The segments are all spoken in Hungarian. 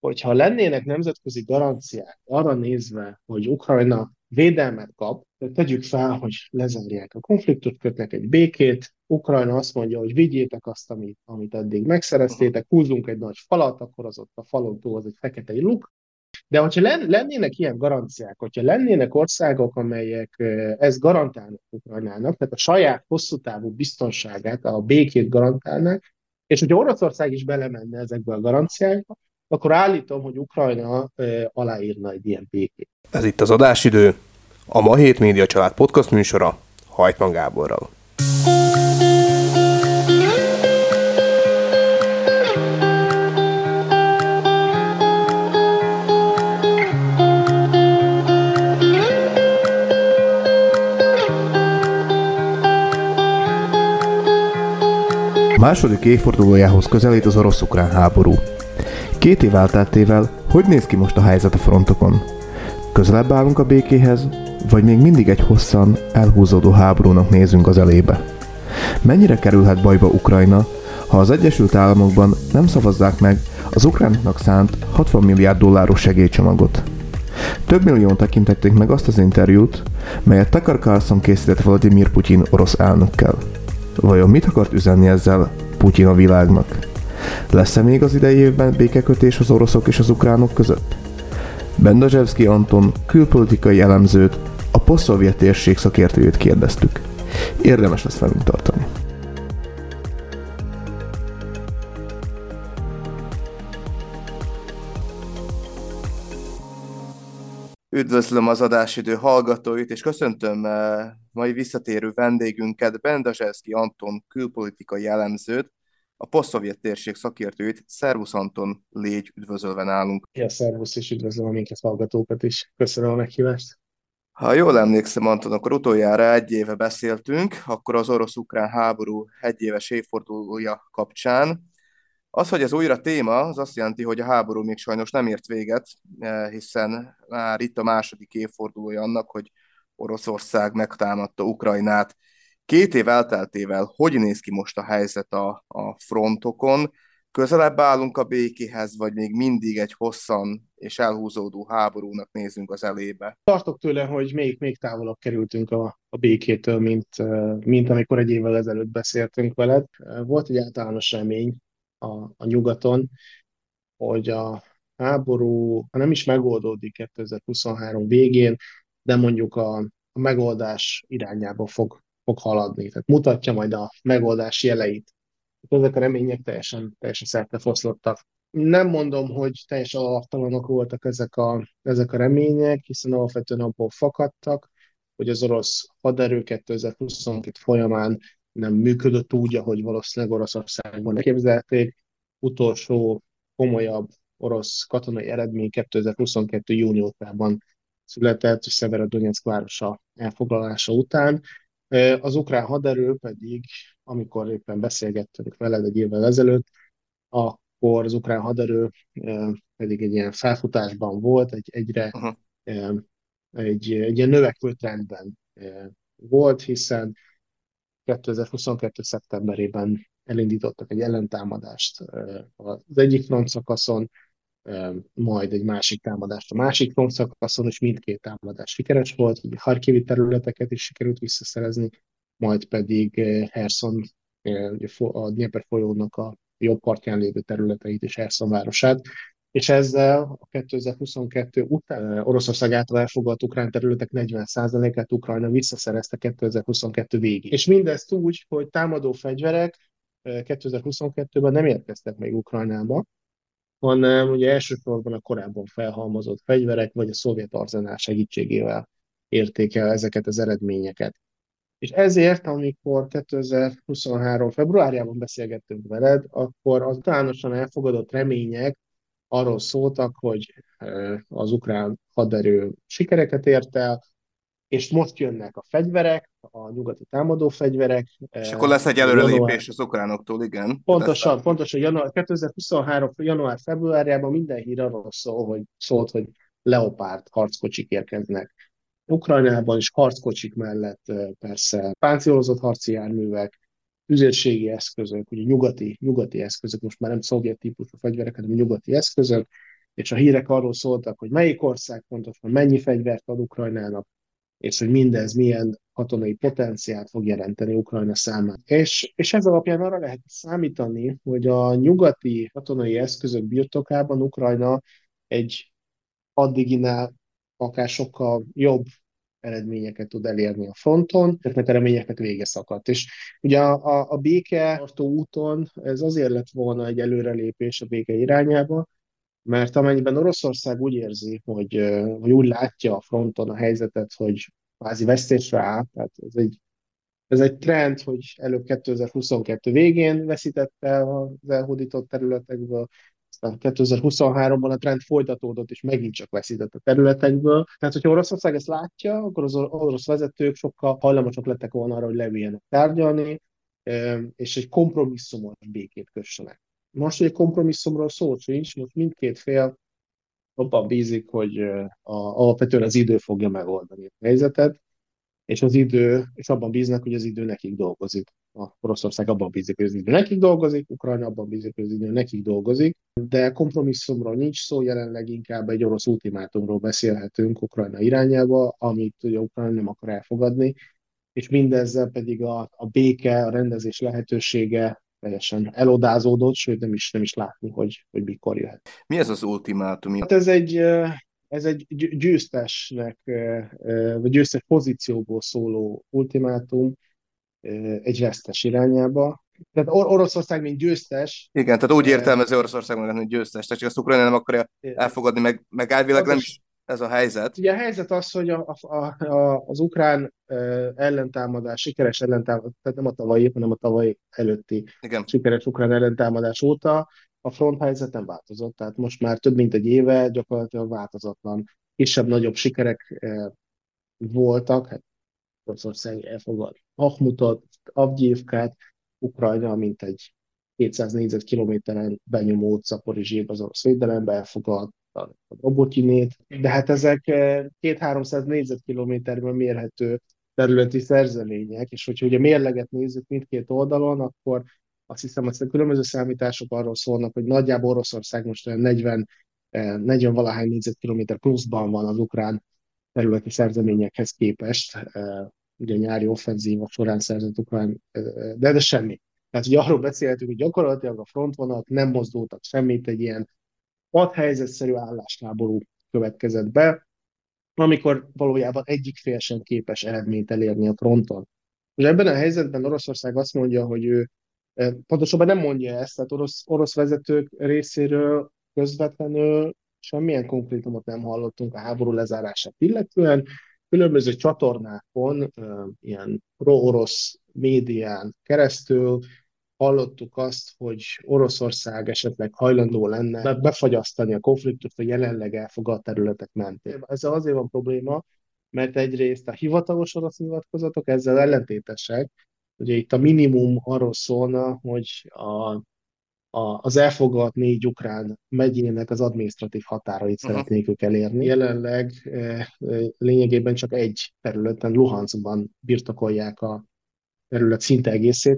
hogyha lennének nemzetközi garanciák arra nézve, hogy Ukrajna védelmet kap, tegyük fel, hogy lezárják a konfliktust, kötnek egy békét, Ukrajna azt mondja, hogy vigyétek azt, amit eddig megszereztétek, húzzunk egy nagy falat, akkor az ott a falon túl az egy fekete luk. De hogyha lennének ilyen garanciák, hogyha lennének országok, amelyek ezt garantálnak Ukrajnának, tehát a saját hosszú távú biztonságát, a békét garantálnak, és hogyha Oroszország is belemenne ezekbe a garanciákba, akkor állítom, hogy Ukrajna aláírna egy ilyen békét. Ez itt az adásidő, a Ma Hét Média Család podcast műsora Hajtman Gáborral. Második évfordulójához közelít az orosz-ukrán háború. 2 év elteltével hogy néz ki most a helyzet a frontokon? Közelebb állunk a békéhez, vagy még mindig egy hosszan elhúzódó háborúnak nézünk az elébe? Mennyire kerülhet bajba Ukrajna, ha az Egyesült Államokban nem szavazzák meg az ukránoknak szánt 60 milliárd dolláros segélycsomagot? Több millióan tekintették meg azt az interjút, melyet Tucker Carlson készített Vladimir Putyin orosz elnökkel. Vajon mit akart üzenni ezzel Putyin a világnak? Lesz-e még az idei évben békekötés az oroszok és az ukránok között? Bendazsevszky Anton külpolitikai elemzőt, a posztszovjet térség szakértőjét kérdeztük. Érdemes lesz velünk tartani. Üdvözlöm az adásidő hallgatóit, és köszöntöm mai visszatérő vendégünket, Bendazsevszky Anton külpolitikai elemzőt, a posztszovjet térség szakértőjét. Szervusz Anton, légy üdvözölve nálunk. Ja, szervusz, és üdvözlöm a minket hallgatókat is. Köszönöm a meghívást. Ha jól emlékszem, Anton, akkor utoljára 1 éve beszéltünk, akkor az orosz-ukrán háború 1 éves évfordulója kapcsán. Az, hogy ez újra téma, az azt jelenti, hogy a háború még sajnos nem ért véget, hiszen már itt a második évfordulója annak, hogy Oroszország megtámadta Ukrajnát. 2 év elteltével hogy néz ki most a helyzet a frontokon? Közelebb állunk a békéhez, vagy még mindig egy hosszan és elhúzódó háborúnak nézünk az elébe? Tartok tőle, hogy még távolabb kerültünk a békétől, mint amikor 1 évvel ezelőtt beszéltünk veled. Volt egy általános remény a nyugaton, hogy a háború, ha nem is megoldódik 2023 végén, de mondjuk a megoldás irányába fog haladni. Tehát mutatja majd a megoldás jeleit. Ezek a remények teljesen szertefoszlottak. Nem mondom, hogy teljesen alaptalanok voltak ezek a remények, hiszen alapvetően abból fakadtak, hogy az orosz haderő 2022 folyamán nem működött úgy, ahogy valószínűleg Oroszországban elképzelték. Utolsó komolyabb orosz katonai eredmény 2022. júniusában született, Szeverodonyeck városa elfoglalása után. Az ukrán haderő pedig, amikor éppen beszélgettünk veled 1 évvel ezelőtt, akkor az ukrán haderő pedig egy ilyen felfutásban volt, Uh-huh. egy ilyen növekvő trendben volt, hiszen 2022. szeptemberében elindítottak egy ellentámadást az egyik frontszakaszon, majd egy másik támadást a másik frontszakaszon, és mindkét támadás sikeres volt, ugye Harkivi területeket is sikerült visszaszerezni, majd pedig Herson, ugye a Dnieper folyónak a jobb partján lévő területeit és Herson városát, és ezzel a 2022 után Oroszország által elfoglalt ukrán területek 40%-át Ukrajna visszaszerezte 2022 végig. És mindezt úgy, hogy támadó fegyverek 2022-ben nem érkeztek még Ukrajnába, hanem ugye elsősorban a korábban felhalmozott fegyverek, vagy a szovjet arzenál segítségével érték el ezeket az eredményeket. És ezért, amikor 2023. februárjában beszélgettünk veled, akkor az általánosan elfogadott remények arról szóltak, hogy az ukrán haderő sikereket ért el, és most jönnek a fegyverek, a nyugati támadó fegyverek. És akkor lesz egy előrelépés az ukránoktól, igen? Pontosan 2023. január-februárjában minden hír arról szólt, hogy Leopard harckocsik érkeznek. Ukrajnában is harckocsik mellett persze páncélozott harci járművek, tüzérségi eszközök, ugye nyugati eszközök, most már nem szovjet típusú fegyverek, hanem nyugati eszközök, és a hírek arról szóltak, hogy melyik ország pontosan mennyi fegyvert ad Ukrajnának, és hogy mindez milyen katonai potenciált fog jelenteni Ukrajna számára. És ez alapján arra lehet számítani, hogy a nyugati katonai eszközök birtokában Ukrajna egy addiginál akár sokkal jobb eredményeket tud elérni a fronton, ezeknek a reményeknek vége szakadt. És ugye a béke tartó úton ez azért lett volna egy előrelépés a béke irányába, mert amennyiben Oroszország úgy érzi, hogy úgy látja a fronton a helyzetet, hogy kvázi vesztésre áll, tehát ez egy trend, hogy előbb 2022 végén veszítette el az elhódított területekből, aztán 2023-ban a trend folytatódott, és megint csak veszített a területekből. Tehát, hogyha Oroszország ezt látja, akkor az orosz vezetők sokkal hajlamosak lettek volna arra, hogy leüljenek tárgyalni, és egy kompromisszumos békét kössenek. Most, hogy egy kompromisszumról szó sincs, most mindkét fél abban bízik, hogy alapvetően az idő fogja megoldani a helyzetet, és abban bíznak, hogy az idő nekik dolgozik. A Oroszország abban bízik, hogy az idő nekik dolgozik, Ukrajna abban bízik, hogy az idő nekik dolgozik, de kompromisszumról nincs szó, jelenleg inkább egy orosz ultimátumról beszélhetünk Ukrajna irányába, amit ugye Ukrajna nem akar elfogadni, és mindezzel pedig a béke, a rendezés lehetősége teljesen elodázódott, sőt nem is látni, hogy mikor jöhet. Mi ez az ultimátum? Hát ez egy győztesnek, vagy győztes pozícióból szóló ultimátum egy vesztes irányába. Tehát Oroszország, mint győztes. Igen, tehát úgy értelmező Oroszország meg, hogy győztes, csak azt Ukrajna nem akarja elfogadni, meg elvileg nem is ez a helyzet. Ugye a helyzet az, hogy az ukrán ellentámadás, sikeres ellentámadás, tehát nem a tavalyi, hanem a tavaly előtti sikeres ukrán ellentámadás óta a front helyzet nem változott. Tehát most már több mint egy éve gyakorlatilag változatlan. Kisebb-nagyobb sikerek voltak, hát Oroszország elfogad Bakhmutot, Avgyívkát, Ukrajna, mint egy 200 négyzetkilométeren benyomult Zaporizsjébe az orosz védelembe, elfogad a Robotyinét, de hát ezek 200-300 négyzetkilométerben mérhető területi szerzemények, és hogyha ugye mérleget nézzük mindkét oldalon, akkor azt hiszem, hogy a különböző számítások arról szólnak, hogy nagyjából Oroszország most olyan 40 valahány négyzetkilométer pluszban van az ukrán területi szerzeményekhez képest, ugye a nyári offenzíva során szerzett ukrán, de semmi. Tehát ugye arról beszélhetünk, hogy gyakorlatilag a frontvonalak nem mozdultak semmit, egy ilyen padhelyzetszerű állásháború következett be, amikor valójában egyik fél sem képes eredményt elérni a fronton. És ebben a helyzetben Oroszország azt mondja, hogy ő pontosabban nem mondja ezt, tehát orosz vezetők részéről közvetlenül semmilyen konkrétumot nem hallottunk a háború lezárását illetően. Különböző csatornákon, ilyen pro-orosz médián keresztül hallottuk azt, hogy Oroszország esetleg hajlandó lenne befagyasztani a konfliktust a jelenleg elfogadt területek mentén. Ezzel azért van probléma, mert egyrészt a hivatalos orosz nyilatkozatok ezzel ellentétesek. Ugye itt a minimum arról szólna, hogy az elfogadt 4 ukrán megyének az adminisztratív határait szeretnék ők elérni. Jelenleg lényegében csak egy területen, Luhanskban birtokolják a terület szinte egészét,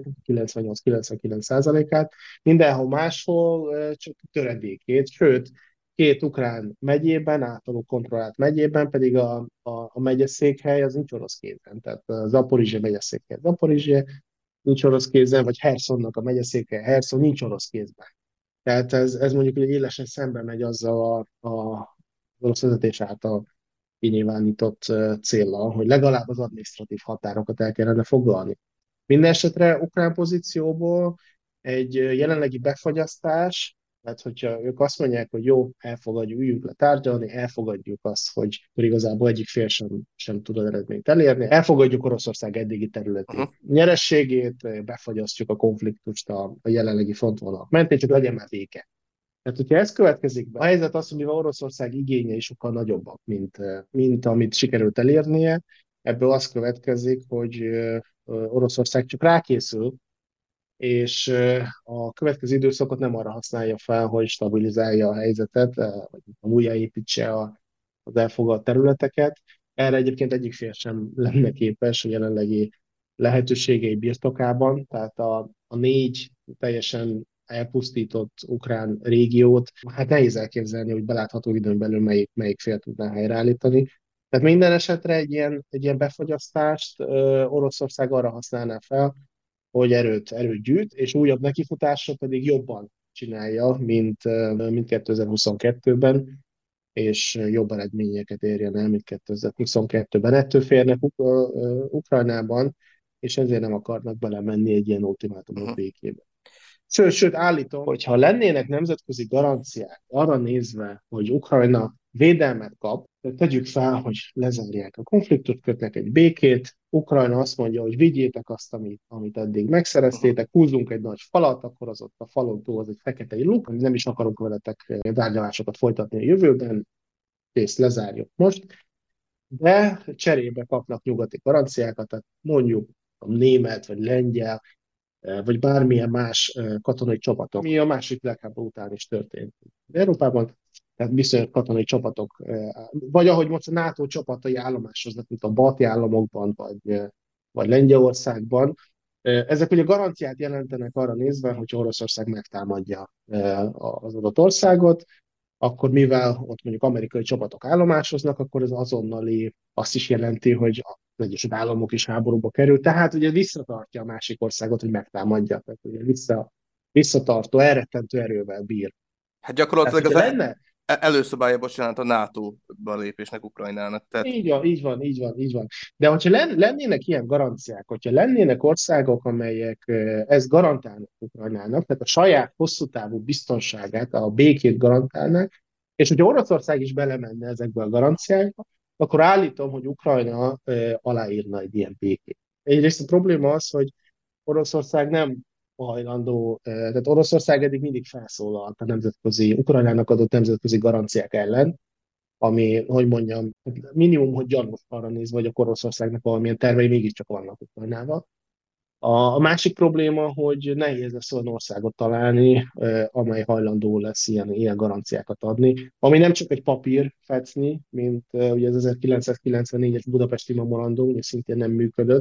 98-99%-át, mindenhol máshol csak töredékét, sőt, 2 ukrán megyében, általuk kontrollált megyében pedig a megyeszékhely az nincs orosz kézen, tehát a Zaporizsé megyeszékhely Zaporizsé nincs orosz kézen, vagy Hersonnak a megyeszékhely Herson nincs orosz kézben. Tehát ez mondjuk hogy élesen szembe megy azzal az orosz vezetés által kinyilvánított céllal, hogy legalább az adminisztratív határokat el kellene foglalni. Minden esetre ukrán pozícióból egy jelenlegi befagyasztás, tehát hogyha ők azt mondják, hogy jó, elfogadjuk, üljünk le tárgyalni, elfogadjuk azt, hogy igazából egyik fél sem tud az eredményt elérni, elfogadjuk Oroszország eddigi területi nyerességét, befagyasztjuk a konfliktust a jelenlegi frontvonalak mentén, csak legyen már béke. Tehát, hogyha ez következik be, a helyzet az, hogy mivel Oroszország igényei sokkal nagyobbak, mint amit sikerült elérnie, ebből az következik, hogy Oroszország csak rákészül, és a következő időszakot nem arra használja fel, hogy stabilizálja a helyzetet, vagy újjáépítse az elfogadt területeket. Erre egyébként egyik fél sem lenne képes a jelenlegi lehetőségei birtokában, tehát a 4 teljesen elpusztított ukrán régiót, hát nehéz elképzelni, hogy belátható időn belül melyik fél tudná helyreállítani. Tehát minden esetre egy ilyen befagyasztást Oroszország arra használná fel, hogy erőt gyűjt, és újabb nekifutásra pedig jobban csinálja, mint 2022-ben, és jobb eredményeket érjen el, mint 2022-ben. Ettől férnek Ukrajnában, és ezért nem akarnak belemenni egy ilyen ultimátumos Uh-huh. békébe. Sőt, állítom, hogy ha lennének nemzetközi garanciák arra nézve, hogy Ukrajna védelmet kap, tegyük fel, hogy lezárják a konfliktust, kötnek egy békét, Ukrajna azt mondja, hogy vigyétek azt, amit eddig megszereztétek, húzzunk egy nagy falat, akkor az ott a falon túl az egy fekete luk, nem is akarunk veletek tárgyalásokat folytatni a jövőben, kész, lezárjuk most, de cserébe kapnak nyugati garanciákat, tehát mondjuk a német vagy lengyel vagy bármilyen más katonai csapatok, ami a második világháború után is történt Európában, tehát bizonyos katonai csapatok, vagy ahogy most a NATO csapatai állomásoznak, mint a balti államokban, vagy Lengyelországban, ezek ugye garanciát jelentenek arra nézve, hogy Oroszország megtámadja az adott országot, akkor mivel ott mondjuk amerikai csapatok állomásoznak, akkor ez azonnali azt is jelenti, hogy az Egyesült Államok is háborúba kerül, tehát ugye visszatartja a másik országot, hogy megtámadja, tehát ugye visszatartó, elrettentő erővel bír. Hát Tehát, gyakorlatilag hogyha lenne, előszobája, bocsánat, a NATO-ba lépésnek Ukrajnának. Tehát... így van. De hogyha lennének ilyen garanciák, hogyha lennének országok, amelyek ezt garantálnak Ukrajnának, tehát a saját hosszú távú biztonságát, a békét garantálnak, és hogyha Oroszország is belemenne ezekbe a garanciákba, akkor állítom, hogy Ukrajna aláírna egy ilyen békét. Egyrészt a probléma az, hogy Oroszország nem hajlandó, tehát Oroszország eddig mindig felszólalt a Ukrajnának adott nemzetközi garanciák ellen, ami, hogy mondjam, minimum, hogy gyanús arra nézve, hogy a Oroszországnak valamilyen tervei mégiscsak vannak Ukrajnával. A másik probléma, hogy nehéz lesz olyan országot találni, amely hajlandó lesz ilyen garanciákat adni, ami nem csak egy papír fecni, mint ugye az 1994-es Budapesti Memorandum, ugye szintén nem működött,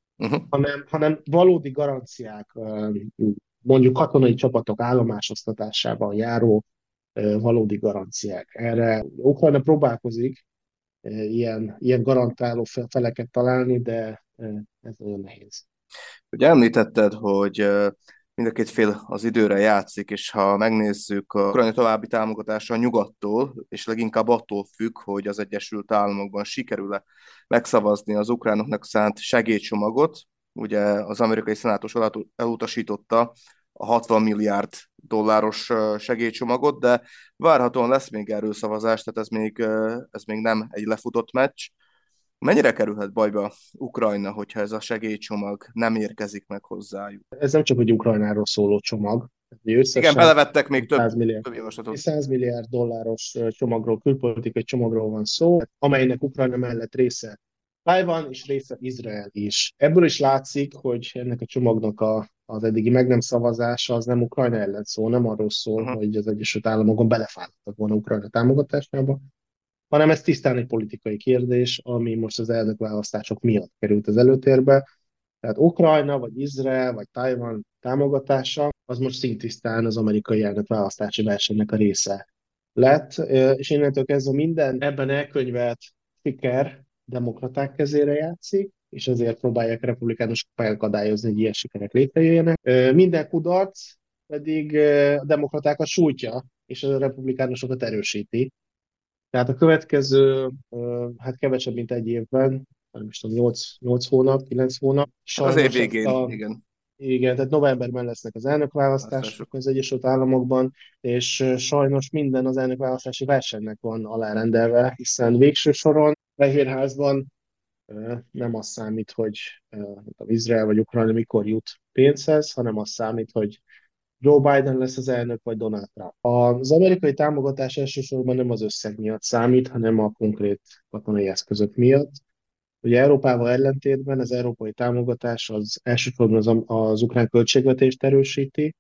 hanem valódi garanciák, mondjuk katonai csapatok állomásoztatásában járó valódi garanciák. Erre Ukrajna próbálkozik ilyen garantáló feleket találni, de ez nagyon nehéz. Ugye említetted, hogy mind a két fél az időre játszik, és ha megnézzük a Ukrajna további támogatása a nyugattól, és leginkább attól függ, hogy az Egyesült Államokban sikerül-e megszavazni az ukránoknak szánt segélycsomagot. Ugye az amerikai szenátus elutasította a 60 milliárd dolláros segélycsomagot, de várhatóan lesz még erről szavazás, tehát ez még nem egy lefutott meccs. Mennyire kerülhet bajba Ukrajna, hogyha ez a segélycsomag nem érkezik meg hozzájuk? Ez nem csak egy Ukrajnáról szóló csomag. Igen, belevettek még több 100 javaslatot. 100 milliárd dolláros csomagról, külpolitikai csomagról van szó, amelynek Ukrajna mellett része Tajvan és része Izrael is. Ebből is látszik, hogy ennek a csomagnak az eddigi meg nem szavazása az nem Ukrajna ellen szól, nem arról szól, hogy az Egyesült Államokon belefáradtak volna Ukrajna támogatásába, hanem ez tisztán egy politikai kérdés, ami most az elnökválasztások miatt került az előtérbe. Tehát Ukrajna, vagy Izrael, vagy Tajvan támogatása, az most szintisztán az amerikai elnökválasztási versenynek a része lett, és innentől kezdve minden ebben elkönyvelt siker demokraták kezére játszik, és ezért próbálják republikánusok felakadályozni, hogy ilyen sikerek létrejöjjenek. Minden kudarc pedig a demokratákat sújtja, és a republikánusokat erősíti. Tehát a következő, hát kevesebb, mint egy évben, nem is tudom, 8 hónap, 9 hónap. Az év végén, igen. Igen, tehát novemberben lesznek az elnökválasztások az Egyesült Államokban, és sajnos minden az elnökválasztási versenynek van alárendelve, hiszen végső soron Fehérházban nem az számít, hogy Izrael vagy Ukrajna mikor jut pénzhez, hanem az számít, hogy Joe Biden lesz az elnök, vagy Donald Trump. Az amerikai támogatás elsősorban nem az összeg miatt számít, hanem a konkrét katonai eszközök miatt. Ugye Európával ellentétben az európai támogatás az elsősorban az ukrán költségvetést erősíti,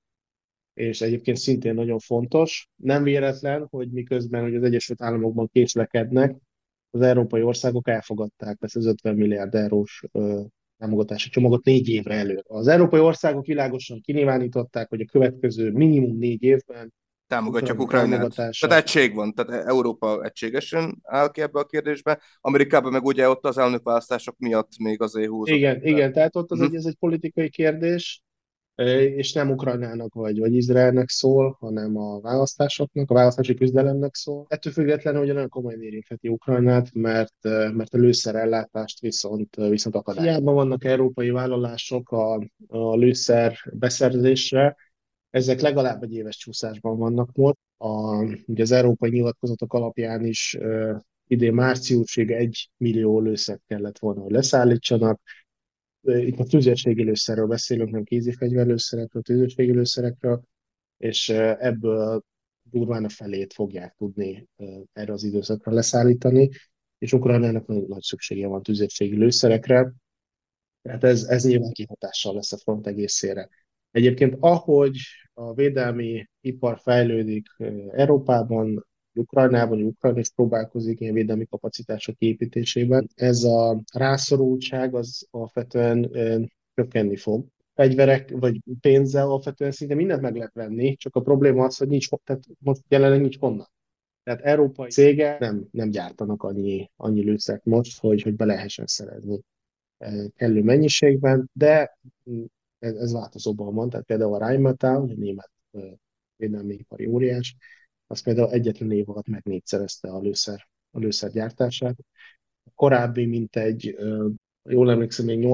és egyébként szintén nagyon fontos. Nem véletlen, hogy miközben hogy az Egyesült Államokban késlekednek, az európai országok elfogadták ezt az 50 milliárd eurós támogatási csomagot 4 évre előre. Az európai országok világosan kinyilvánították, hogy a következő minimum 4 évben Támogatják Ukrajna Ukrajnát. támogatása. Tehát egység van, tehát Európa egységesen áll ki ebbe a kérdésbe. Amerikában meg ugye ott az elnökválasztások miatt még azért húzott. Igen, igen, tehát ott Uh-huh. ez egy politikai kérdés, és nem Ukrajnának vagy Izraelnek szól, hanem a választásoknak, a választási küzdelemnek szól. Ettől függetlenül ugye nagyon komolyan érintheti Ukrajnát, mert a lőszerellátást viszont akadály. Hiába vannak európai vállalások a lőszer beszerzésre, ezek legalább egy éves csúszásban vannak most. Ugye az európai nyilatkozatok alapján is idén márciusig 1 millió lőszert kellett volna, hogy leszállítsanak. Itt a tüzérségi lőszerről beszélünk, nem kézifegyverlőszerekről, tüzérségi lőszerekről, és ebből durván a felét fogják tudni erre az időszakra leszállítani, és Ukrajnának nagyon nagy szüksége van tüzérségi lőszerekre, tehát ez nyilván kihatással lesz a front egészére. Egyébként, ahogy a védelmi ipar fejlődik Európában, Ukrajna is próbálkozik ilyen védelmi kapacitások építésében, ez a rászorultság az alapvetően csökkenni fog. Fegyverek vagy pénzzel alapvetően szinte mindent meg lehet venni, csak a probléma az, hogy tehát most jelenleg nincs honnan. Tehát európai cégek nem gyártanak annyi lőszert most, hogy be lehessen szerezni kellő mennyiségben, de ez változóban van, tehát például a Rheinmetall, a német védelmi ipari óriás, az például egyetlen év alatt meg négyszerezte a lőszer gyártását. Korábbi, mint jól emlékszem, még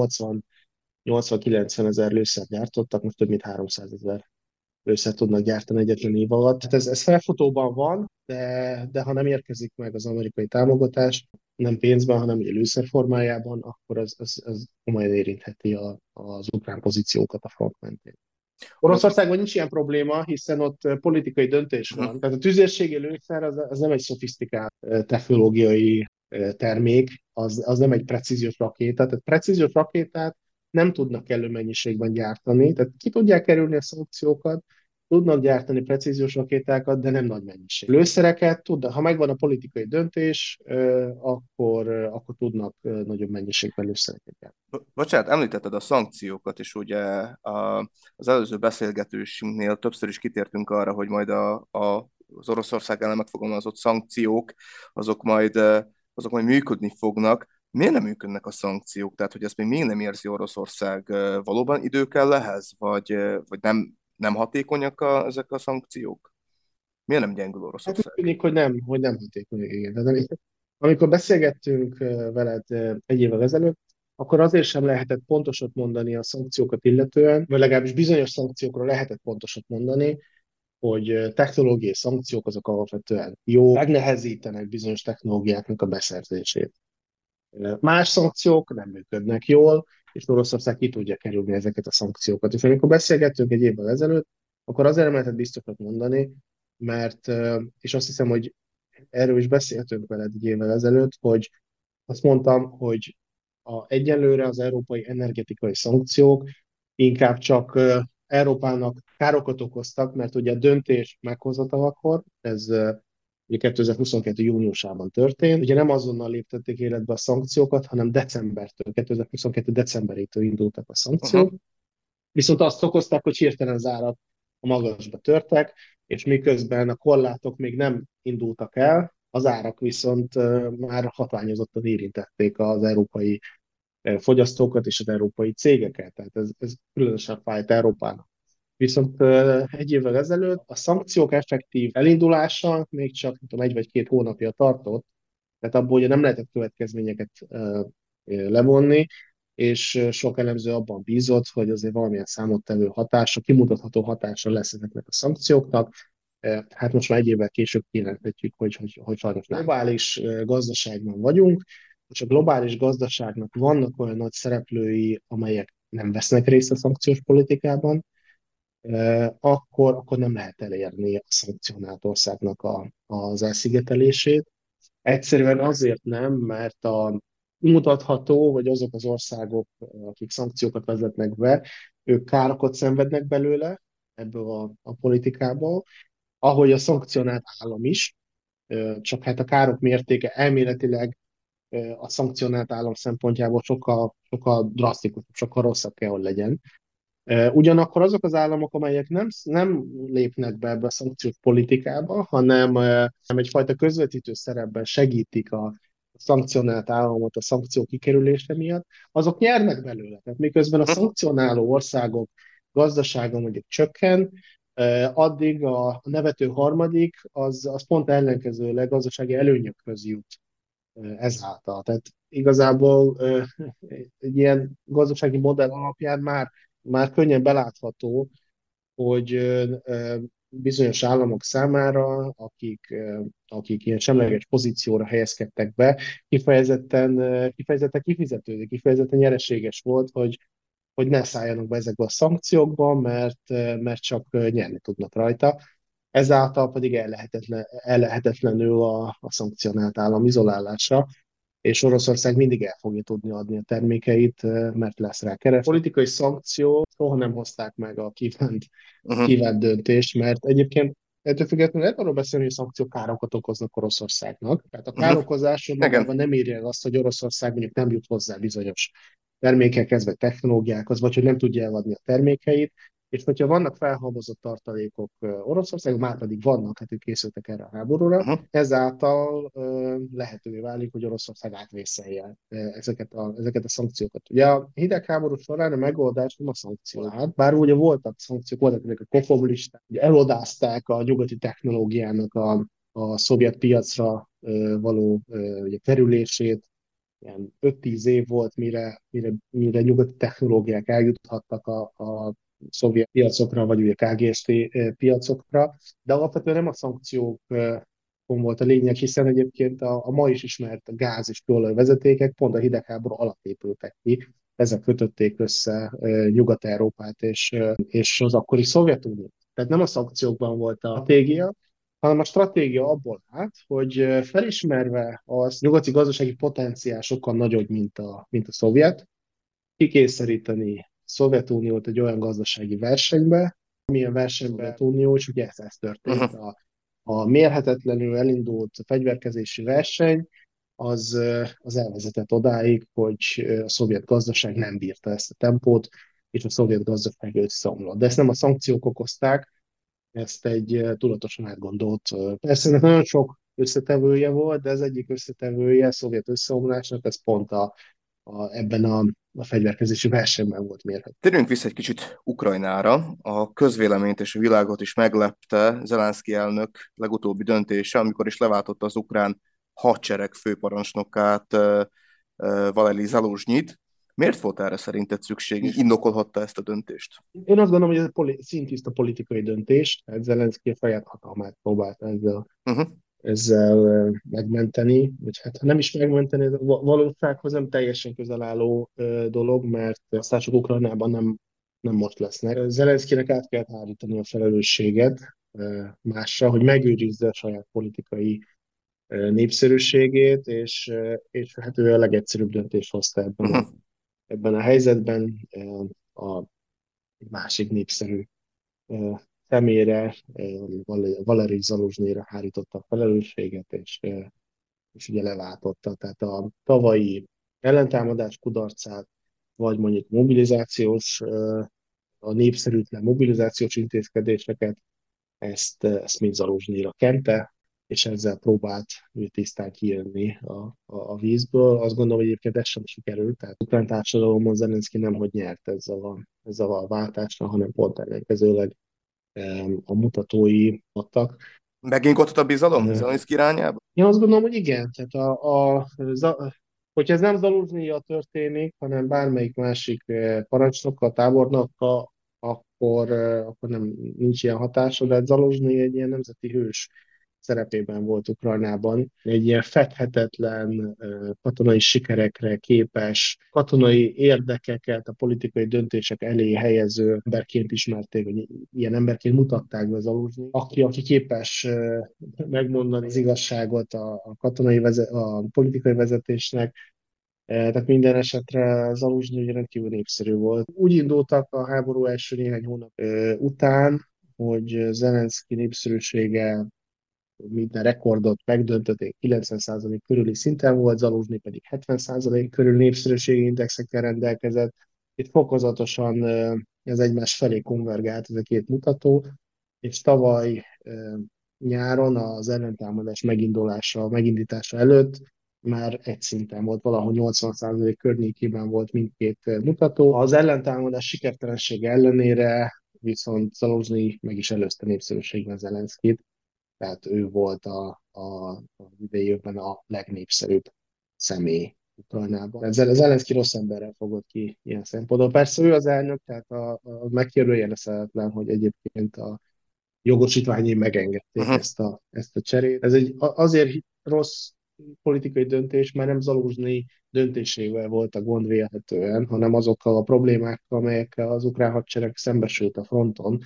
80-90 ezer lőszer gyártottak, most több mint 300 ezer lőszert tudnak gyártani egyetlen év alatt. Tehát ez felfutóban van, de ha nem érkezik meg az amerikai támogatás, nem pénzben, hanem ugye lőszer formájában, akkor az komolyan érintheti az ukrán pozíciókat a front mentén. Oroszországban nincs ilyen probléma, hiszen ott politikai döntés van. Tehát a tüzérségi lőszer az nem egy szofisztikált technológiai termék, az nem egy precíziós rakéta. Tehát precíziós rakétát nem tudnak kellő mennyiségben gyártani, tehát ki tudják kerülni a szankciókat, tudnak gyártani precíziós rakétákat, de nem nagy mennyiség. Lőszereket tudnak, ha megvan a politikai döntés, akkor tudnak nagyobb mennyiségben lőszereket gyártani. Bocsánat, említetted a szankciókat, és ugye az előző beszélgetésünknél többször is kitértünk arra, hogy majd az Oroszország ellen megfogalmazott szankciók, azok majd működni fognak. Miért nem működnek a szankciók? Tehát, hogy ezt még nem érzi Oroszország, valóban idő kell ehhez? Vagy nem hatékonyak ezek a szankciók? Miért nem gyengül Hát úgy Oroszország? tűnik, hogy nem hatékony, igen. Tehát amikor beszélgettünk veled egy évvel ezelőtt, akkor azért sem lehetett pontosat mondani a szankciókat illetően, vagy legalábbis bizonyos szankciókról lehetett pontosat mondani, hogy technológiai szankciók azok alapvetően jó, megnehezítenek bizonyos technológiáknak a beszerzését. Más szankciók nem működnek jól, és Oroszország ki tudja kerülni ezeket a szankciókat. És amikor beszélgettünk egy évvel ezelőtt, akkor azért nem lehetett biztosat mondani, mert, és azt hiszem, hogy erről is beszéltünk veled egy évvel ezelőtt, hogy azt mondtam, hogy egyelőre az európai energetikai szankciók inkább csak Európának károkat okoztak, mert ugye a döntés meghozatalakor, ez ugye 2022. júniusában történt, ugye nem azonnal léptették életbe a szankciókat, hanem 2022. decemberétől indultak a szankciók, viszont azt okozták, hogy hirtelen az árak a magasba törtek, és miközben a korlátok még nem indultak el, az árak viszont már hatványozottan érintették az európai fogyasztókat és az európai cégeket. Tehát ez különösen fájt Európának. Viszont egy évvel ezelőtt a szankciók effektív elindulása még csak tudom, 1 vagy 2 hónapja tartott, tehát abból ugye nem lehetett következményeket levonni, és sok elemző abban bízott, hogy azért valamilyen számottevő hatása, kimutatható hatása lesz ezeknek a szankcióknak. Hát most már egy évvel később kijelenthetjük, hogy sajnos nem. Globális gazdaságban vagyunk, és a globális gazdaságnak vannak olyan nagy szereplői, amelyek nem vesznek részt a szankciós politikában, akkor nem lehet elérni a szankcionált országnak az elszigetelését. Egyszerűen azért nem, mert mutatható, hogy azok az országok, akik szankciókat vezetnek be, ők károkat szenvednek belőle ebből a politikából, ahogy a szankcionált állam is, csak hát a károk mértéke elméletileg a szankcionált állam szempontjából sokkal, sokkal drasztikusabb, sokkal rosszabb kell, hogy legyen. Ugyanakkor azok az államok, amelyek nem lépnek be ebbe a szankciós politikába, hanem egyfajta közvetítő szerepben segítik a szankcionált államot a szankció kikerülése miatt, azok nyernek belőle. Tehát miközben a szankcionáló országok gazdasága mondjuk csökken, addig a nevető harmadik az pont ellenkezőleg gazdasági előnyökhöz jut ezáltal. Tehát igazából egy ilyen gazdasági modell alapján már könnyen belátható, hogy bizonyos államok számára, akik ilyen semleges pozícióra helyezkedtek be, kifejezetten kifizetődik, kifejezetten nyereséges volt, hogy ne szálljanak be ezekbe a szankciókba, mert csak nyerni tudnak rajta. Ezáltal pedig ellehetetlenül a szankcionált állam izolálása, és Oroszország mindig el fogja tudni adni a termékeit, mert lesz rá kereslet. Politikai szankció soha nem hozták meg a kívánt döntést, mert egyébként ettől függetlenül lehet arról beszélni, hogy a szankciók károkat okoznak Oroszországnak. Tehát a károkozás magában Igen. nem írja el azt, hogy Oroszország mondjuk nem jut hozzá bizonyos termékekhez, vagy technológiákhoz, vagy hogy nem tudja eladni a termékeit, és hogyha vannak felhalmozott tartalékok Oroszországban, már pedig vannak, hát ők készültek erre a háborúra, ezáltal lehetővé válik, hogy Oroszország átvészelje ezeket a szankciókat. Ugye a hidegháború során a megoldás nem a szankció állt, bár ugye voltak szankciók, voltak ezek a kofoblisták, ugye elodázták a nyugati technológiának a szovjet piacra való ugye, kerülését, ilyen 5-10 év volt, mire nyugati technológiák eljuthattak a szovjet piacokra, vagy ugye KGST piacokra, de alapvetően nem a szankciókon volt a lényeg, hiszen egyébként a ma is ismert gáz és kőolaj vezetékek pont a hidegháború alatt épültek ki. Ezek kötötték össze Nyugat-Európát és az akkori Szovjetuniót. Tehát nem a szankciókban volt a stratégia, hanem a stratégia abból állt, hogy felismerve az nyugati gazdasági potenciál sokkal nagyobb, mint a szovjet, kikényszeríteni a Szovjetuniót egy olyan gazdasági versenybe, amilyen versenyben a Szovjetunió, és ugye ez történt. A mérhetetlenül elindult fegyverkezési verseny, az elvezetett odáig, hogy a szovjet gazdaság nem bírta ezt a tempót, és a szovjet gazdaság összeomlott. De ezt nem a szankciók okozták, ezt egy tudatosan átgondolt. Persze ennek nagyon sok összetevője volt, de ez egyik összetevője a szovjet összeomlásnak, ez pont ebben a fegyverkezési versenyben volt mérhető. Térjünk vissza egy kicsit Ukrajnára. A közvéleményt és a világot is meglepte Zelenszky elnök legutóbbi döntése, amikor is leváltotta az ukrán hadsereg főparancsnokát, Valerij Zaluzsnyit. Miért volt erre szerinted szükség? Indokolhatta ezt a döntést? Én azt gondolom, hogy ez szintiszta politikai döntés, tehát Zelenszky a saját hatalmát próbálta ezzel megmenteni, vagy hát ha nem is megmenteni, ez a valósághoz nem teljesen közel álló dolog, mert a választások Ukrajnában nem most lesznek. Zelenszkynek át kell hárítani a felelősséget másra, hogy megőrizze a saját politikai népszerűségét, és hát ő a legegyszerűbb döntést hozta ebben a helyzetben. A másik népszerű személyre, Valerij Zaluzsnyira hárította a felelősséget, és ugye leváltotta. Tehát a tavalyi ellentámadás kudarcát, vagy mondjuk a népszerűtlen mobilizációs intézkedéseket, ezt mind Zaluzsnyira kente, és ezzel próbált tisztán kijönni a vízből. Azt gondolom, hogy egyébként ez sem sikerült, tehát ukrán társadalomon Zelenszky nemhogy nyert ezzel a váltással, hanem pont ellenkezőleg a mutatói adtak. Megingott a bizalom Zelenszky irányába? Én azt gondolom, hogy igen. Tehát hogyha ez nem Zaluzsnyija történik, hanem bármelyik másik parancsnokkal, tábornokkal, akkor nincs ilyen hatása, de Zaluzsnyi egy ilyen nemzeti hős szerepében volt Ukrajnában. Egy ilyen fedhetetlen, katonai sikerekre képes, katonai érdekeket a politikai döntések elé helyező emberként ismerték, hogy ilyen emberként mutatták be Zaluzsnyi, aki képes megmondani az igazságot a politikai vezetésnek. Tehát minden esetre Zaluzsnyi rendkívül népszerű volt. Úgy indultak a háború első néhány hónap után, hogy Zelenszky népszerűsége minden rekordot megdöntötték, 90% körüli szinten volt, Zaluzsnyi pedig 70% körül népszerűségi indexekkel rendelkezett. Itt fokozatosan ez egymás felé konvergált ez a két mutató, és tavaly nyáron az ellentámadás megindítása előtt már egy szinten volt, valahol 80% környékében volt mindkét mutató. Az ellentámadás sikertelensége ellenére viszont Zaluzsnyi meg is előzte népszerűségben Zelenszkit, tehát ő volt az idei évben a legnépszerűbb személy Ukrajnában. Ezzel Zelenszky rossz emberrel fogott ki ilyen szempontból. Persze ő az elnök, tehát a megkérdőjelezhetetlen, hogy egyébként a jogosítványai megengedték Uh-huh. ezt a cserét. Ez azért rossz politikai döntés, mert nem Zaluzsnyi döntésével volt a gond vélhetően, hanem azokkal a problémákkal, amelyekkel az ukrán hadsereg szembesült a fronton,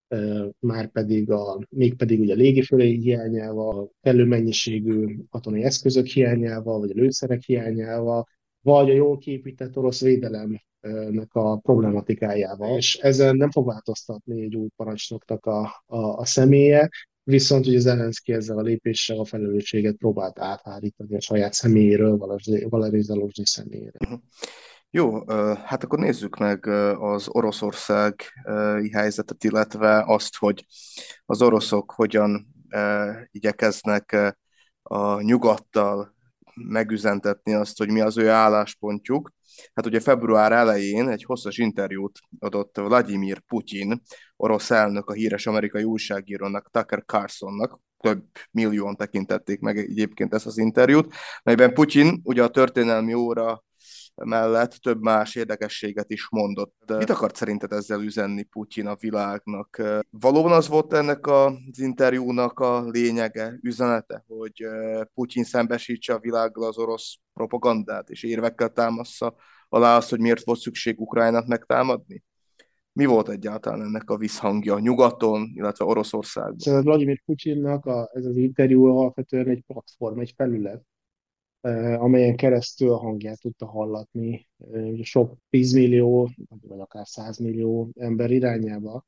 mégpedig ugye a légifölény hiányával, a kellő mennyiségű katonai eszközök hiányával, vagy a lőszerek hiányával, vagy a jól kiépített orosz védelemnek a problematikájával. És ezen nem fog változtatni egy új parancsnoknak a személye, viszont ugye Zelenszky ezzel a lépéssel a felelősséget próbált áthárítani a saját személyéről, Valerij Zaluzsnyi személyére. Uh-huh. Jó, hát akkor nézzük meg az oroszországi helyzetet, illetve azt, hogy az oroszok hogyan igyekeznek a nyugattal megüzentetni azt, hogy mi az ő álláspontjuk. Hát ugye február elején egy hosszas interjút adott Vladimir Putyin, orosz elnök, a híres amerikai újságírónak, Tucker Carlsonnak, több millióan tekintették meg egyébként ezt az interjút, melyben Putyin ugye a történelmi óra mellett több más érdekességet is mondott. Mit akart szerinted ezzel üzenni Putyin a világnak? Valóban az volt ennek az interjúnak a lényege, üzenete, hogy Putyin szembesítse a világgal az orosz propagandát, és érvekkel támassza alá azt, hogy miért volt szükség Ukrajnát megtámadni? Mi volt egyáltalán ennek a visszhangja nyugaton, illetve Oroszországban? Szóval Vladimir Putyinnak ez az interjú alapvetően egy platform, egy felület, amelyen keresztül a hangját tudta hallatni sok 10 millió, vagy akár 100 millió ember irányába,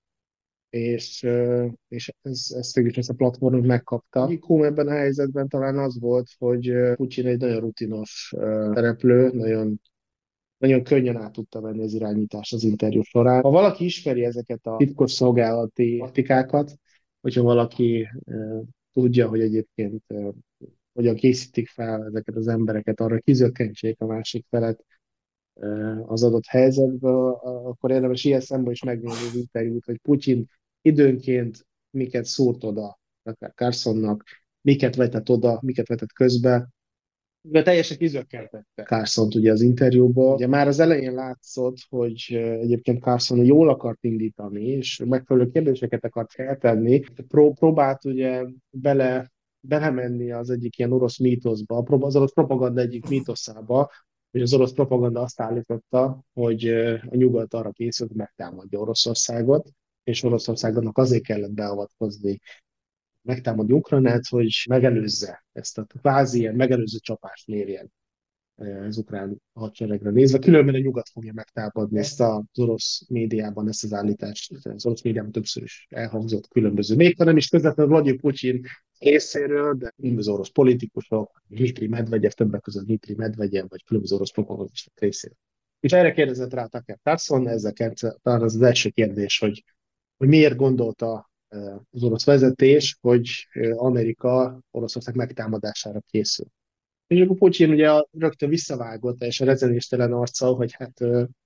és ezt végül is ezt a platformot megkapta. Ikóm ebben a helyzetben talán az volt, hogy Putyin egy nagyon rutinos szereplő, nagyon könnyen át tudta venni az irányítást az interjú során. Ha valaki ismeri ezeket a titkos szolgálati taktikákat, hogyha valaki tudja, hogy egyébként hogyan készítik fel ezeket az embereket arra, kizökkentsék a másik felet az adott helyzetből, akkor érdemes ilyen szemben is megnézni az interjút, hogy Putyin időnként miket szúrt oda, akár Carsonnak, miket vetett oda, miket vetett közbe, de teljesen kizökkentette Carson-t ugye az interjúból. Ugye már az elején látszott, hogy egyébként Carson jól akart indítani, és megfelelő kérdéseket akart feltenni. Próbált ugye belemenni az egyik ilyen orosz mítoszba, az orosz propaganda egyik mítoszába, hogy az orosz propaganda azt állította, hogy a nyugat arra készült, hogy megtámadja Oroszországot, és Oroszországnak azért kellett beavatkozni megtámadja Ukrajnát, hogy megelőzze ezt a kvázi ilyen megelőző csapást mérjen az ukrán hadseregre nézve. Különben a nyugat fogja megtámadni ezt az orosz médiában, ezt az állítást. Az orosz médiában többször is elhangzott különböző. Még ha nem is közvetlenül Vladimir Putyin részéről, de különböző orosz politikusok, Dmitri Medvegyev, többek között Dmitri Medvegyev, vagy különböző orosz propagandisták részéről. És erre kérdezett rá Tucker Carlson, talán az első kérdés, hogy miért gondolta az orosz vezetés, hogy Amerika Oroszország megtámadására készül. És akkor Putyin ugye rögtön visszavágott, és a rezenéstelen arccal, hogy hát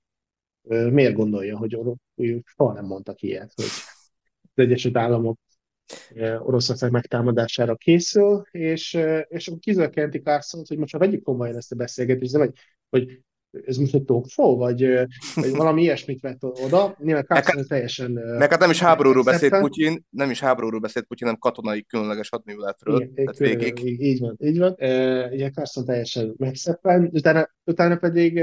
miért gondolja, hogy ők soha nem mondtak ilyet, hogy az Egyesült Államok Oroszország megtámadására készül, és akkor kizökkenti Carlsont, hogy most már vegyük komolyan ezt a beszélgetést, de hogy ez most egy talk show, vagy valami ilyesmit vett oda. Nyilván Carlson teljesen Meg hát nem is háborúról beszélt megszeppen. Putyin, hanem katonai különleges hadműveletről. Tehát végig. Így van. Ugye Carson teljesen megszeppen, utána pedig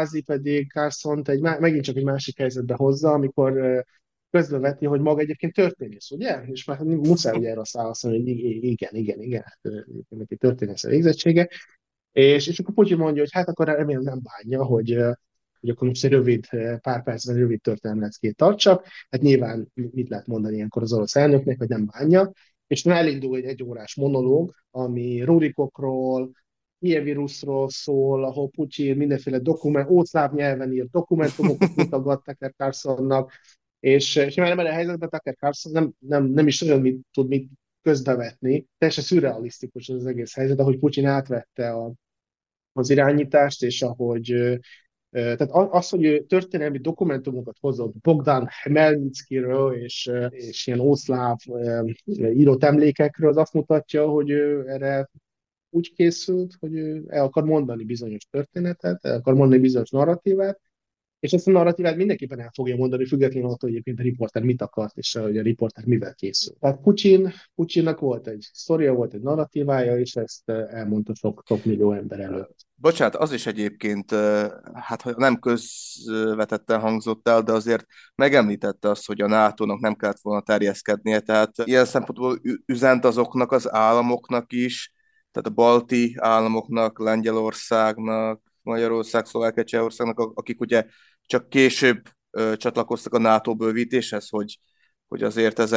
Carson megint csak egy másik helyzetbe hozza, amikor közbeveti, hogy maga egyébként történész, ugye? És már muszáj ugye erre válaszolni, hogy igen, hát neki történész a végzettsége. És akkor Putyin mondja, hogy hát akkor remélem nem bánja, hogy akkor most egy pár percben rövid történelmleckét tartsak. Hát nyilván mit lehet mondani ilyenkor az orosz elnöknek, hogy nem bánja. és utána elindul egy egyórás monológ, ami Rurikokról, Kijeviruszról szól, ahol Putyin mindenféle ószláv nyelven írt dokumentumokat mutogat Tucker Carlsonnak, és már nem a helyzetben Tucker Carlson nem is nagyon mit közbevetni. Teljesen szürrealisztikus az egész helyzet, ahogy Putyin átvette az irányítást, és ahogy tehát az, hogy ő történelmi dokumentumokat hozott Bogdan Hmelnickiről és ilyen ószláv írott emlékekről, az azt mutatja, hogy ő erre úgy készült, hogy ő el akar mondani bizonyos történetet, el akar mondani bizonyos narratívát, és ezt a narratívát mindenképpen el fogja mondani, függetlenül attól, hogy egyébként a riporter mit akart, és hogy a riporter mivel készül. Tehát Putyinnak volt egy sztoria, volt egy narratívája, és ezt elmondta sok millió ember előtt. Bocsánat, az is egyébként, hát ha nem közvetetten hangzott el, de azért megemlítette azt, hogy a NATO-nak nem kellett volna terjeszkednie, tehát ilyen szempontból üzent azoknak az államoknak is, tehát a balti államoknak, Lengyelországnak, Magyarország, Szlovákia, Csehországnak, akik ugye csak később csatlakoztak a NATO bővítéshez, hogy azért ez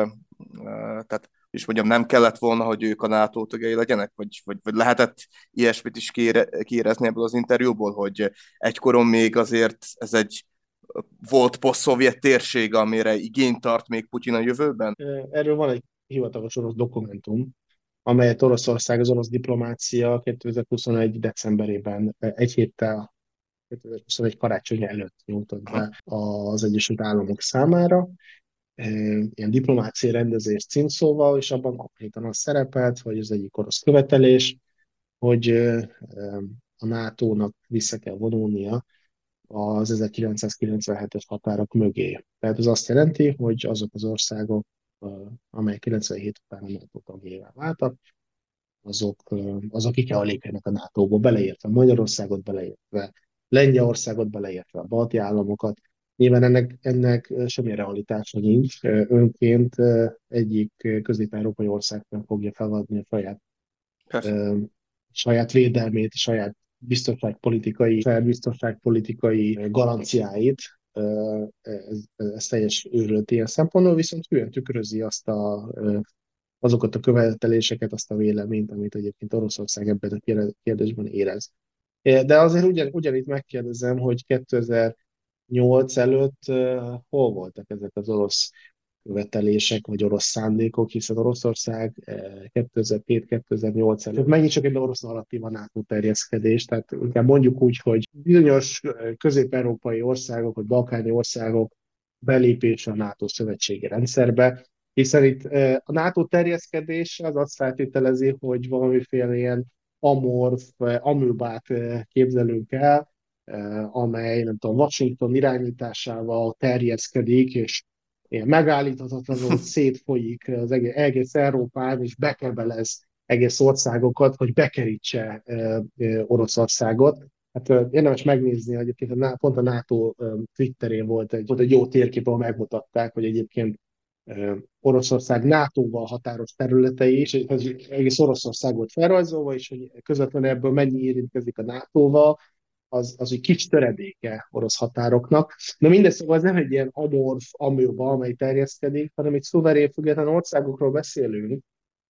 tehát és mondjam, nem kellett volna, hogy ők a NATO tagjai legyenek, vagy lehetett ilyesmit is kiérezni ebből az interjúból, hogy egykoron még azért ez egy volt poszt-szovjet térség, amire igényt tart még Putyin a jövőben? Erről van egy hivatalos orosz dokumentum, amelyet Oroszország, az orosz diplomácia 2021. decemberében egy héttel 2021 karácsony előtt nyújtott be az Egyesült Államok számára, ilyen diplomáciai rendezés címszóval, és abban konkrétan az szerepelt, hogy az egyik orosz követelés, hogy a NATO-nak vissza kell vonulnia az 1997-es határok mögé. Tehát ez azt jelenti, hogy azok az országok, amelyek 97 után a NATO tagjává váltak, azok ki kell lépjenek a NATO-ba, beleértve Magyarországot, beleértve Lengyelországot, beleértve a balti államokat. Nyilván ennek semmi realitása nincs. Önként egyik közép-európai ország nem fogja feladni a saját védelmét, a saját biztonságpolitikai garanciáit. Ez teljes őrület ilyen szempontból, viszont hülyen tükrözi azokat a követeléseket, azt a véleményt, amit egyébként Oroszország ebben a kérdésben érez. De azért ugyanitt megkérdezem, hogy 2008 előtt hol voltak ezek az orosz követelések, vagy orosz szándékok, hiszen Oroszország 2007-2008 előtt megint csak egy orosz narratíva NATO terjeszkedés, tehát inkább mondjuk úgy, hogy bizonyos közép-európai országok, vagy balkáni országok belépése a NATO szövetségi rendszerbe, hiszen itt a NATO terjeszkedés az azt feltételezi, hogy valamiféle ilyen amorf, amöbát képzelünk el, amely, nem tudom, Washington irányításával terjeszkedik, és ilyen megállíthatatlanul szétfolyik az egész Európán, és bekebelez egész országokat, hogy bekerítse Oroszországot. Hát érdemes megnézni, hogy egyébként pont a NATO Twitterén volt egy jó térkép, ahol megmutatták, hogy egyébként Oroszország NATO-val határos területei is, és az egész Oroszország volt felrajzolva, és hogy közvetlenül ebből mennyi érintkezik a NATO-val, az egy kis töredéke orosz határoknak. De mindez szóval ez nem egy ilyen amorf amőba, amely terjeszkedik, hanem egy szuverén független országokról beszélünk,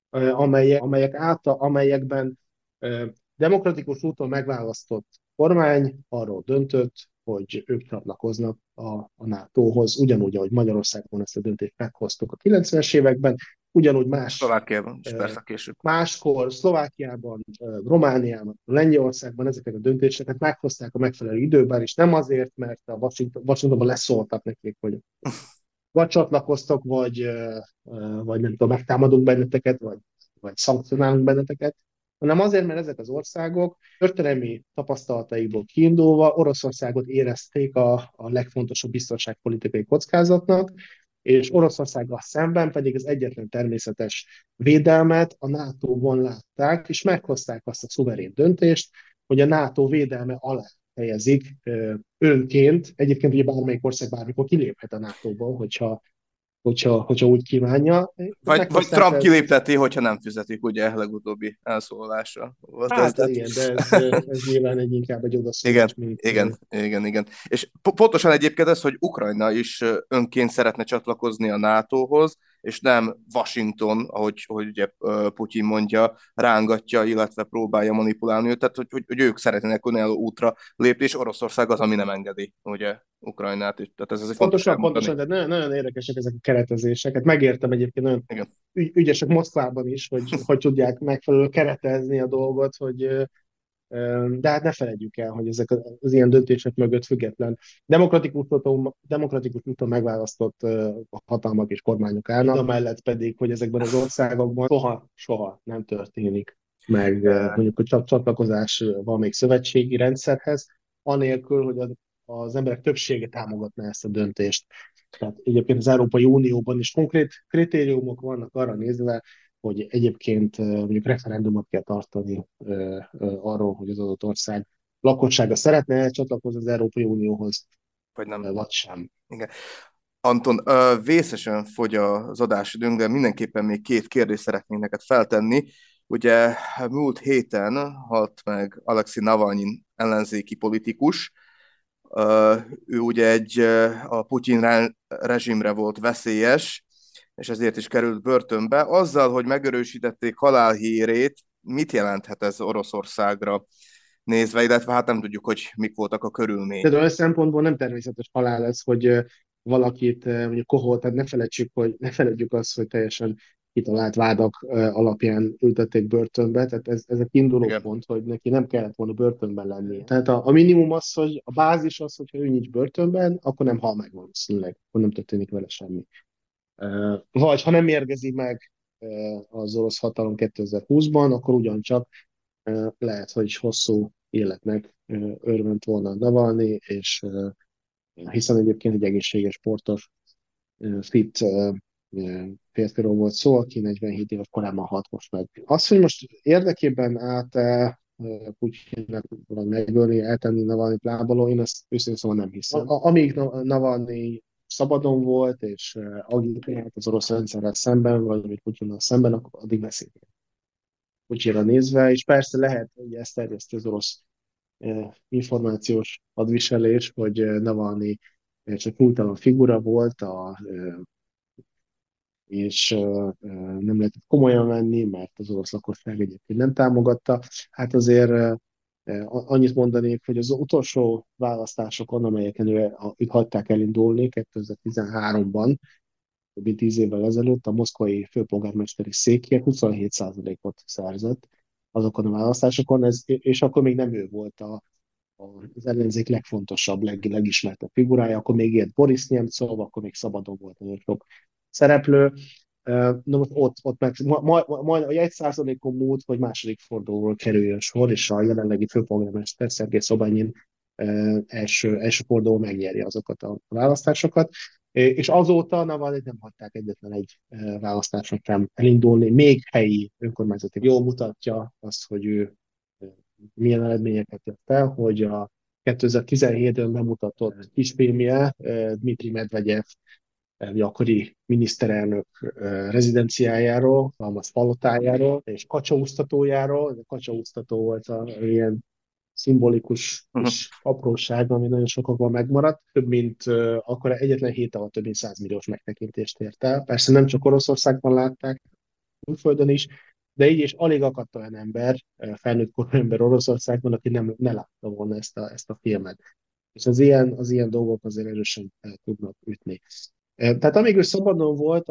amelyekben demokratikus úton megválasztott kormány arról döntött, hogy ők csatlakoznak a NATO-hoz, ugyanúgy, ahogy Magyarországon ezt a döntést meghoztuk a 90-es években, ugyanúgy Szlovákiában is persze később. Máskor Szlovákiában, Romániában, Lengyelországban ezeket a döntéseket meghozták a megfelelő időben, és nem azért, mert a Washingtonban leszóltak nekik, hogy vagy csatlakoztok, vagy nem tudom, megtámadunk benneteket, vagy szankcionálunk benneteket, hanem azért, mert ezek az országok történelmi tapasztalataikból kiindulva Oroszországot érezték a legfontosabb biztonságpolitikai kockázatnak, és Oroszországgal szemben pedig az egyetlen természetes védelmet a NATO-ban látták, és meghozták azt a szuverén döntést, hogy a NATO védelme alá helyezik önként. Egyébként ugye bármelyik ország bármikor kiléphet a NATO-ból, hogyha úgy kívánja. Vagy Trump kilépteti, hogyha nem fizetik, ugye legutóbbi elszólalása volt. Hát igen, de ez nyilván inkább egy odaszólás. Igen. És pontosan egyébként ez, hogy Ukrajna is önként szeretne csatlakozni a NATO-hoz, és nem Washington, ahogy ugye Putyin mondja, rángatja, illetve próbálja manipulálni őt, tehát hogy ők szeretnének önálló útra lépni, és Oroszország az, ami nem engedi, ugye, Ukrajnát. Tehát ez azért fontos Pontosan, elmondani. tehát nagyon érdekesek ezek a keretezések. Hát megértem egyébként, nagyon Igen. ügyesek Moszkvában is, hogy tudják megfelelően keretezni a dolgot, de hát ne felejtjük el, hogy ezek az ilyen döntések mögött független demokratikus úton megválasztott hatalmak és kormányok állnak, amellett pedig, hogy ezekben az országokban soha nem történik meg mondjuk, hogy csak csatlakozás valamelyik szövetségi rendszerhez, anélkül, hogy az emberek többsége támogatná ezt a döntést. Tehát egyébként az Európai Unióban is konkrét kritériumok vannak arra nézve, hogy egyébként mondjuk referendumot kell tartani arról, hogy az adott ország lakossága szeretne csatlakozni az Európai Unióhoz, Vagy nem. vagy sem. Igen. Anton, vészesen fogy az adásidőnk, de mindenképpen még két kérdést szeretnénk neked feltenni. Ugye múlt héten halt meg Alexei Navalnyi ellenzéki politikus. Ő ugye a Putyin rezsimre volt veszélyes, és ezért is került börtönbe. Azzal, hogy megerősítették halálhírét, mit jelenthet ez Oroszországra nézve, illetve hát nem tudjuk, hogy mik voltak a körülmények. Tehát olyan szempontból nem természetes halál ez, hogy valakit mondjuk kohol, tehát ne felejtjük azt, hogy teljesen kitalált vádak alapján ültették börtönbe, tehát ez a kiinduló Igen. pont, hogy neki nem kellett volna börtönben lennie. Tehát a minimum az, hogy a bázis az, hogyha ő nincs börtönben, akkor nem hal meg valószínűleg, akkor nem történik vele semmi. Vagy ha nem mérgezi meg az orosz hatalom 2020-ban, akkor ugyancsak lehet, hogy hosszú életnek örvend volna Navalnyi, és hiszen egyébként egy egészséges, sportos, fit férfiról volt szó, aki 47 éves korában halt most meg. Az, hogy most érdekében állt Putyinnak megölni, eltenni Navalnyit lábaló, én ezt őszintén szóval nem hiszem. Amíg Navalnyi szabadon volt, és agitált az orosz rendszerrel szemben, vagy még Putyinnal szemben, akkor addig beszéltek Putyinra nézve, és persze lehet, hogy ezt terjeszti az orosz információs hadviselés, hogy Navalnyi csak nyújtalan figura volt, és nem lehetett komolyan venni, mert az orosz lakosság egyébként nem támogatta. Hát azért annyit mondanék, hogy az utolsó választásokon, amelyeken őt hagyták elindulni 2013-ban, több mint 10 évvel ezelőtt, a moszkvai főpolgármesteri székért 27%-ot szerzett azokon a választásokon, és akkor még nem ő volt az ellenzék legfontosabb, legismertebb figurája, akkor még élt Boris Nemcov, akkor még szabadon volt nagyon sok szereplő. Na most ott meg majd a 1%-on múlt, hogy második fordulóról kerüljön sor, és a jelenlegi főpolgármester Szergej Szobanyin első forduló megnyeri azokat a választásokat. És azóta Navalnyit nem hagyták egyetlen egy választáson sem elindulni, még helyi önkormányzati. Jól mutatja azt, hogy ő milyen eredményeket ért el, hogy a 2017-ben bemutatott kisfilmje Dmitri Medvegyev akkori miniszterelnök rezidenciájáról, Halmaz palotájáról és kacsaúsztatójáról. A kacsaúsztató volt ilyen szimbolikus kis apróság, ami nagyon sokakban megmaradt. Több mint, akkor egyetlen hét alatt több mint 100 milliós megtekintést ért el. Persze nem csak Oroszországban látták, külföldön is, de így is alig akadt olyan ember, felnőtt korú ember Oroszországban, aki ne látta volna ezt a filmet. És az ilyen dolgok azért erősen tudnak ütni. Tehát amíg ő szabadon volt,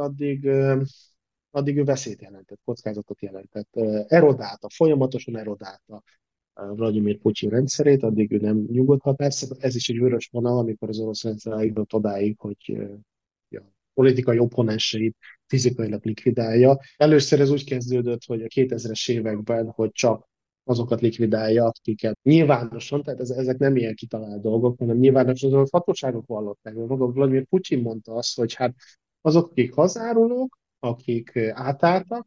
addig ő veszélyt jelentett, kockázatot jelentett. Folyamatosan erodálta Vladimir Putyin rendszerét, addig ő nem nyugodhat. Persze ez is egy vörös vonal, amikor az orosz rendszer eljutott odáig, hogy a politikai opponenseit fizikailag likvidálja. Először ez úgy kezdődött, hogy a 2000-es években, hogy csak azokat likvidálja, akiket nyilvánosan, tehát ezek nem ilyen kitalált dolgok, hanem nyilvánosan az hatóságok vallották. Maga Vladimir Putyin mondta azt, hogy hát azok, akik hazárulók, akik átálltak,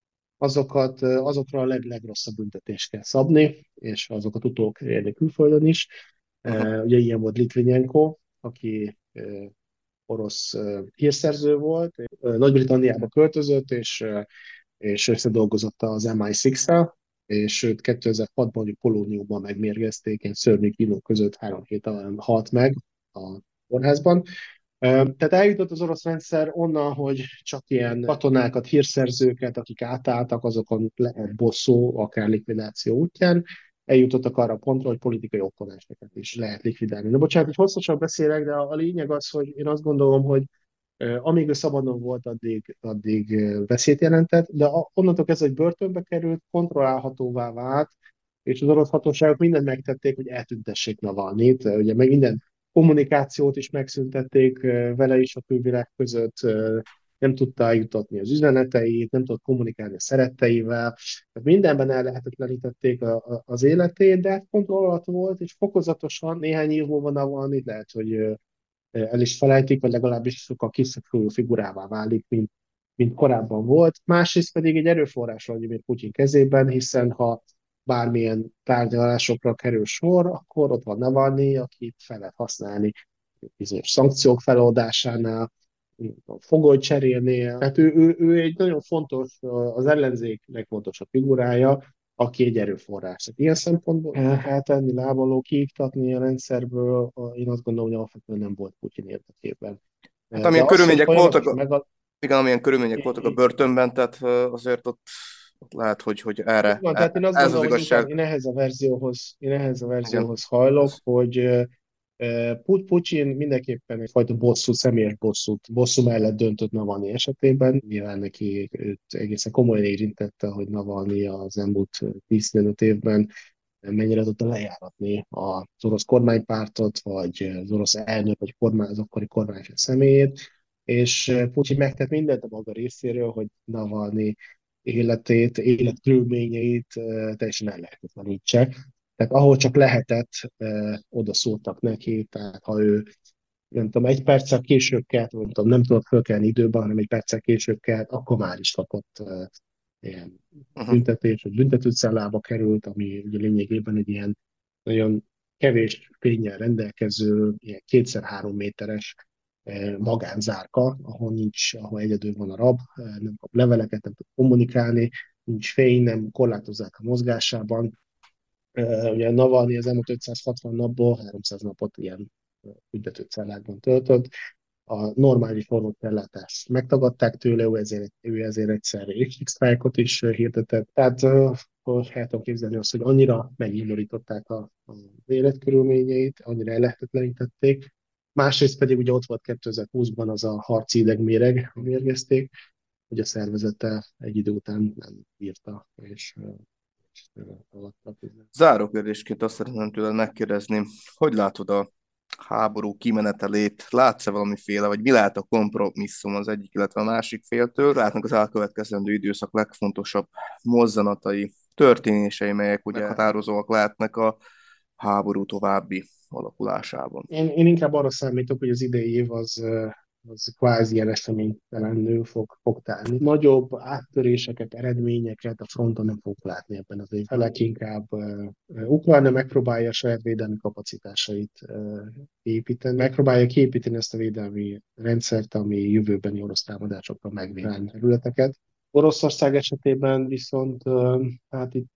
azokra a legrosszabb büntetést kell szabni, és azokat utók érni külföldön is. Ugye ilyen volt Litvinenko, aki orosz hírszerző volt, Nagy-Britanniába költözött, és összedolgozott az MI6-szel, és őt 2006-ban Polóniumban megmérgezték, egy szörnyű kínók között 3 hét alatt halt meg a kórházban. Tehát eljutott az orosz rendszer onnan, hogy csak ilyen katonákat, hírszerzőket, akik átálltak, azokon lehet bosszú, akár likvidáció útján, eljutottak arra a pontra, hogy politikai opponenseket is lehet likvidálni. De bocsánat, hogy hosszasan beszélek, de a lényeg az, hogy én azt gondolom, hogy amíg ő szabadon volt, addig veszélyt jelentett, de onnantól kezdve, hogy börtönbe került, kontrollálhatóvá vált, és az orosz hatóságok mindent megtették, hogy eltüntessék Navalnyit. Ugye meg minden kommunikációt is megszüntették vele is a külvilág között, nem tudta eljutatni az üzeneteit, nem tudott kommunikálni a szeretteivel, tehát mindenben ellehetetlenítették az életét, de kontroll alatt volt, és fokozatosan néhány év múlva Navalnyit lehet, hogy el is felejtik, vagy legalábbis sokkal kiszabaduló figurává válik, mint korábban volt. Másrészt pedig egy erőforrás Vladimir Putyin kezében, hiszen ha bármilyen tárgyalásokra kerül sor, akkor ott van Navalnyi, akit fel lehet használni bizonyos szankciók feloldásánál, fogoly cserélnél. Tehát ő egy nagyon fontos, az ellenzék legfontosabb figurája, aki egy erőforrás. Ilyen szempontból eltenni, lábaló, kiiktatni a rendszerből, én azt gondolom, hogy alapvetően nem volt Putyin érdekében. Hát amilyen körülmények voltak, igen, amilyen körülmények é, voltak a börtönben, tehát azért ott lehet, hogy erre van, tehát én azt ez az gondolom, hogy igazság. én ehhez a verzióhoz hajlok, hogy Putyin mindenképpen egyfajta személyes bosszú mellett döntött Navalnyi esetében. Nyilván neki őt egészen komolyan érintette, hogy Navalnyi az elmúlt 10-15 évben mennyire tudta lejáratni az orosz kormánypártot, vagy az orosz elnök, vagy az akkori kormányfő személyét, és Putyin megtett mindent a maga részéről, hogy Navalnyi életkörülményeit teljesen ellehetetlenítse. Tehát ahol csak lehetett, oda szóltak neki, tehát ha ő nem tudom, egy perccel később kelt, vagy nem tudom, nem tudott fölkelni időben, hanem egy perccel később kelt, akkor már is kapott ilyen büntetés, vagy büntetőcellába került, ami ugye lényegében egy ilyen nagyon kevés fénnyel rendelkező, ilyen 2x3 méteres magánzárka, ahol egyedül van a rab, nem kap leveleket, nem tud kommunikálni, nincs fény, nem korlátozzák a mozgásában. Ugye Navalnyi az elmúlt 560 napból 300 napot ilyen büntetőcellákban töltött. A normális orvosellátást megtagadták tőle, ő ezért egyszer égségsztrájkot is hirdetett. Tehát el tudom képzelni azt, hogy annyira megnyomorították az életkörülményeit, annyira ellehetetlenítették. Másrészt pedig ugye ott volt 2020-ban az a harci idegméreg, mérgezték, hogy a szervezete egy idő után nem bírta, és alattak. Záró kérdésként azt szeretném tőled megkérdezni, hogy látod a háború kimenetelét, látsz-e valamiféle, vagy mi lehet a kompromisszum az egyik, illetve a másik féltől? Látnak az elkövetkezendő időszak legfontosabb mozzanatai, történései, melyek ugye határozóak lehetnek a háború további alakulásában. Én inkább arra számítok, hogy az idei év az kvázi ilyen eseménytelenül fog tálni. Nagyobb áttöréseket, eredményeket a fronton nem fogunk látni ebben az évben. Felek inkább Ukrajna megpróbálja a saját védelmi kapacitásait építeni. Megpróbálja kiépíteni ezt a védelmi rendszert, ami jövőbeni orosz támadásokra megvédeni területeket. Oroszország esetében viszont hát itt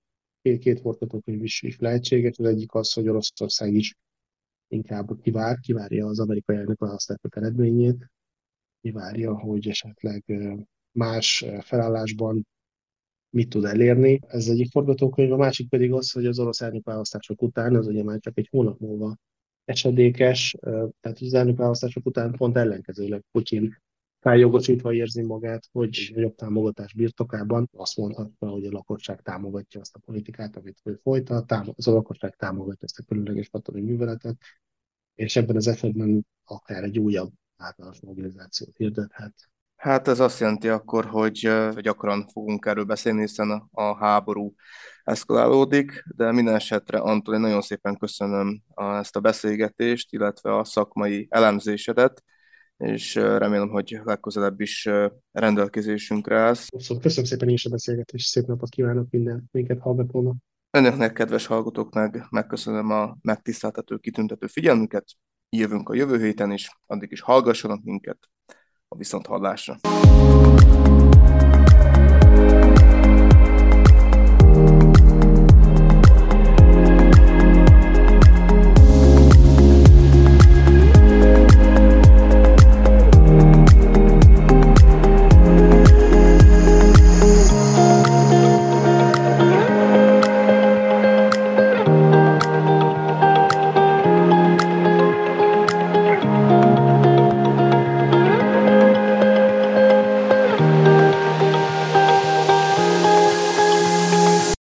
két forgatókönyv is lehetséges. Az egyik az, hogy Oroszország is inkább kivárja az amerikai elnökválasztások eredményét, kivárja, hogy esetleg más felállásban mit tud elérni. Ez egyik forgatókönyv, a másik pedig az, hogy az orosz elnökválasztások után, az ugye már csak egy hónap múlva esedékes, tehát az elnökválasztások után pont ellenkezőleg Putyin feljogosítva érzi magát, hogy nagyobb támogatás birtokában azt mondhatja, hogy a lakosság támogatja azt a politikát, amit ő folytat, az a lakosság támogatja ezt a különleges katonai műveletet, és ebben az esetben akár egy újabb általános mobilizációt hirdethet. Hát ez azt jelenti akkor, hogy gyakran fogunk erről beszélni, hiszen a háború eszkalálódik, de minden esetre, Anton, én nagyon szépen köszönöm ezt a beszélgetést, illetve a szakmai elemzésedet, és remélem, hogy legközelebb is rendelkezésünkre állsz. Köszönöm szépen én is a beszélgetést, szép napot kívánok minket hallgatónak. Önöknek, kedves hallgatók, megköszönöm a megtiszteltető, kitüntető figyelmüket. Jövünk a jövő héten is, addig is hallgassanak minket a viszonthallásra.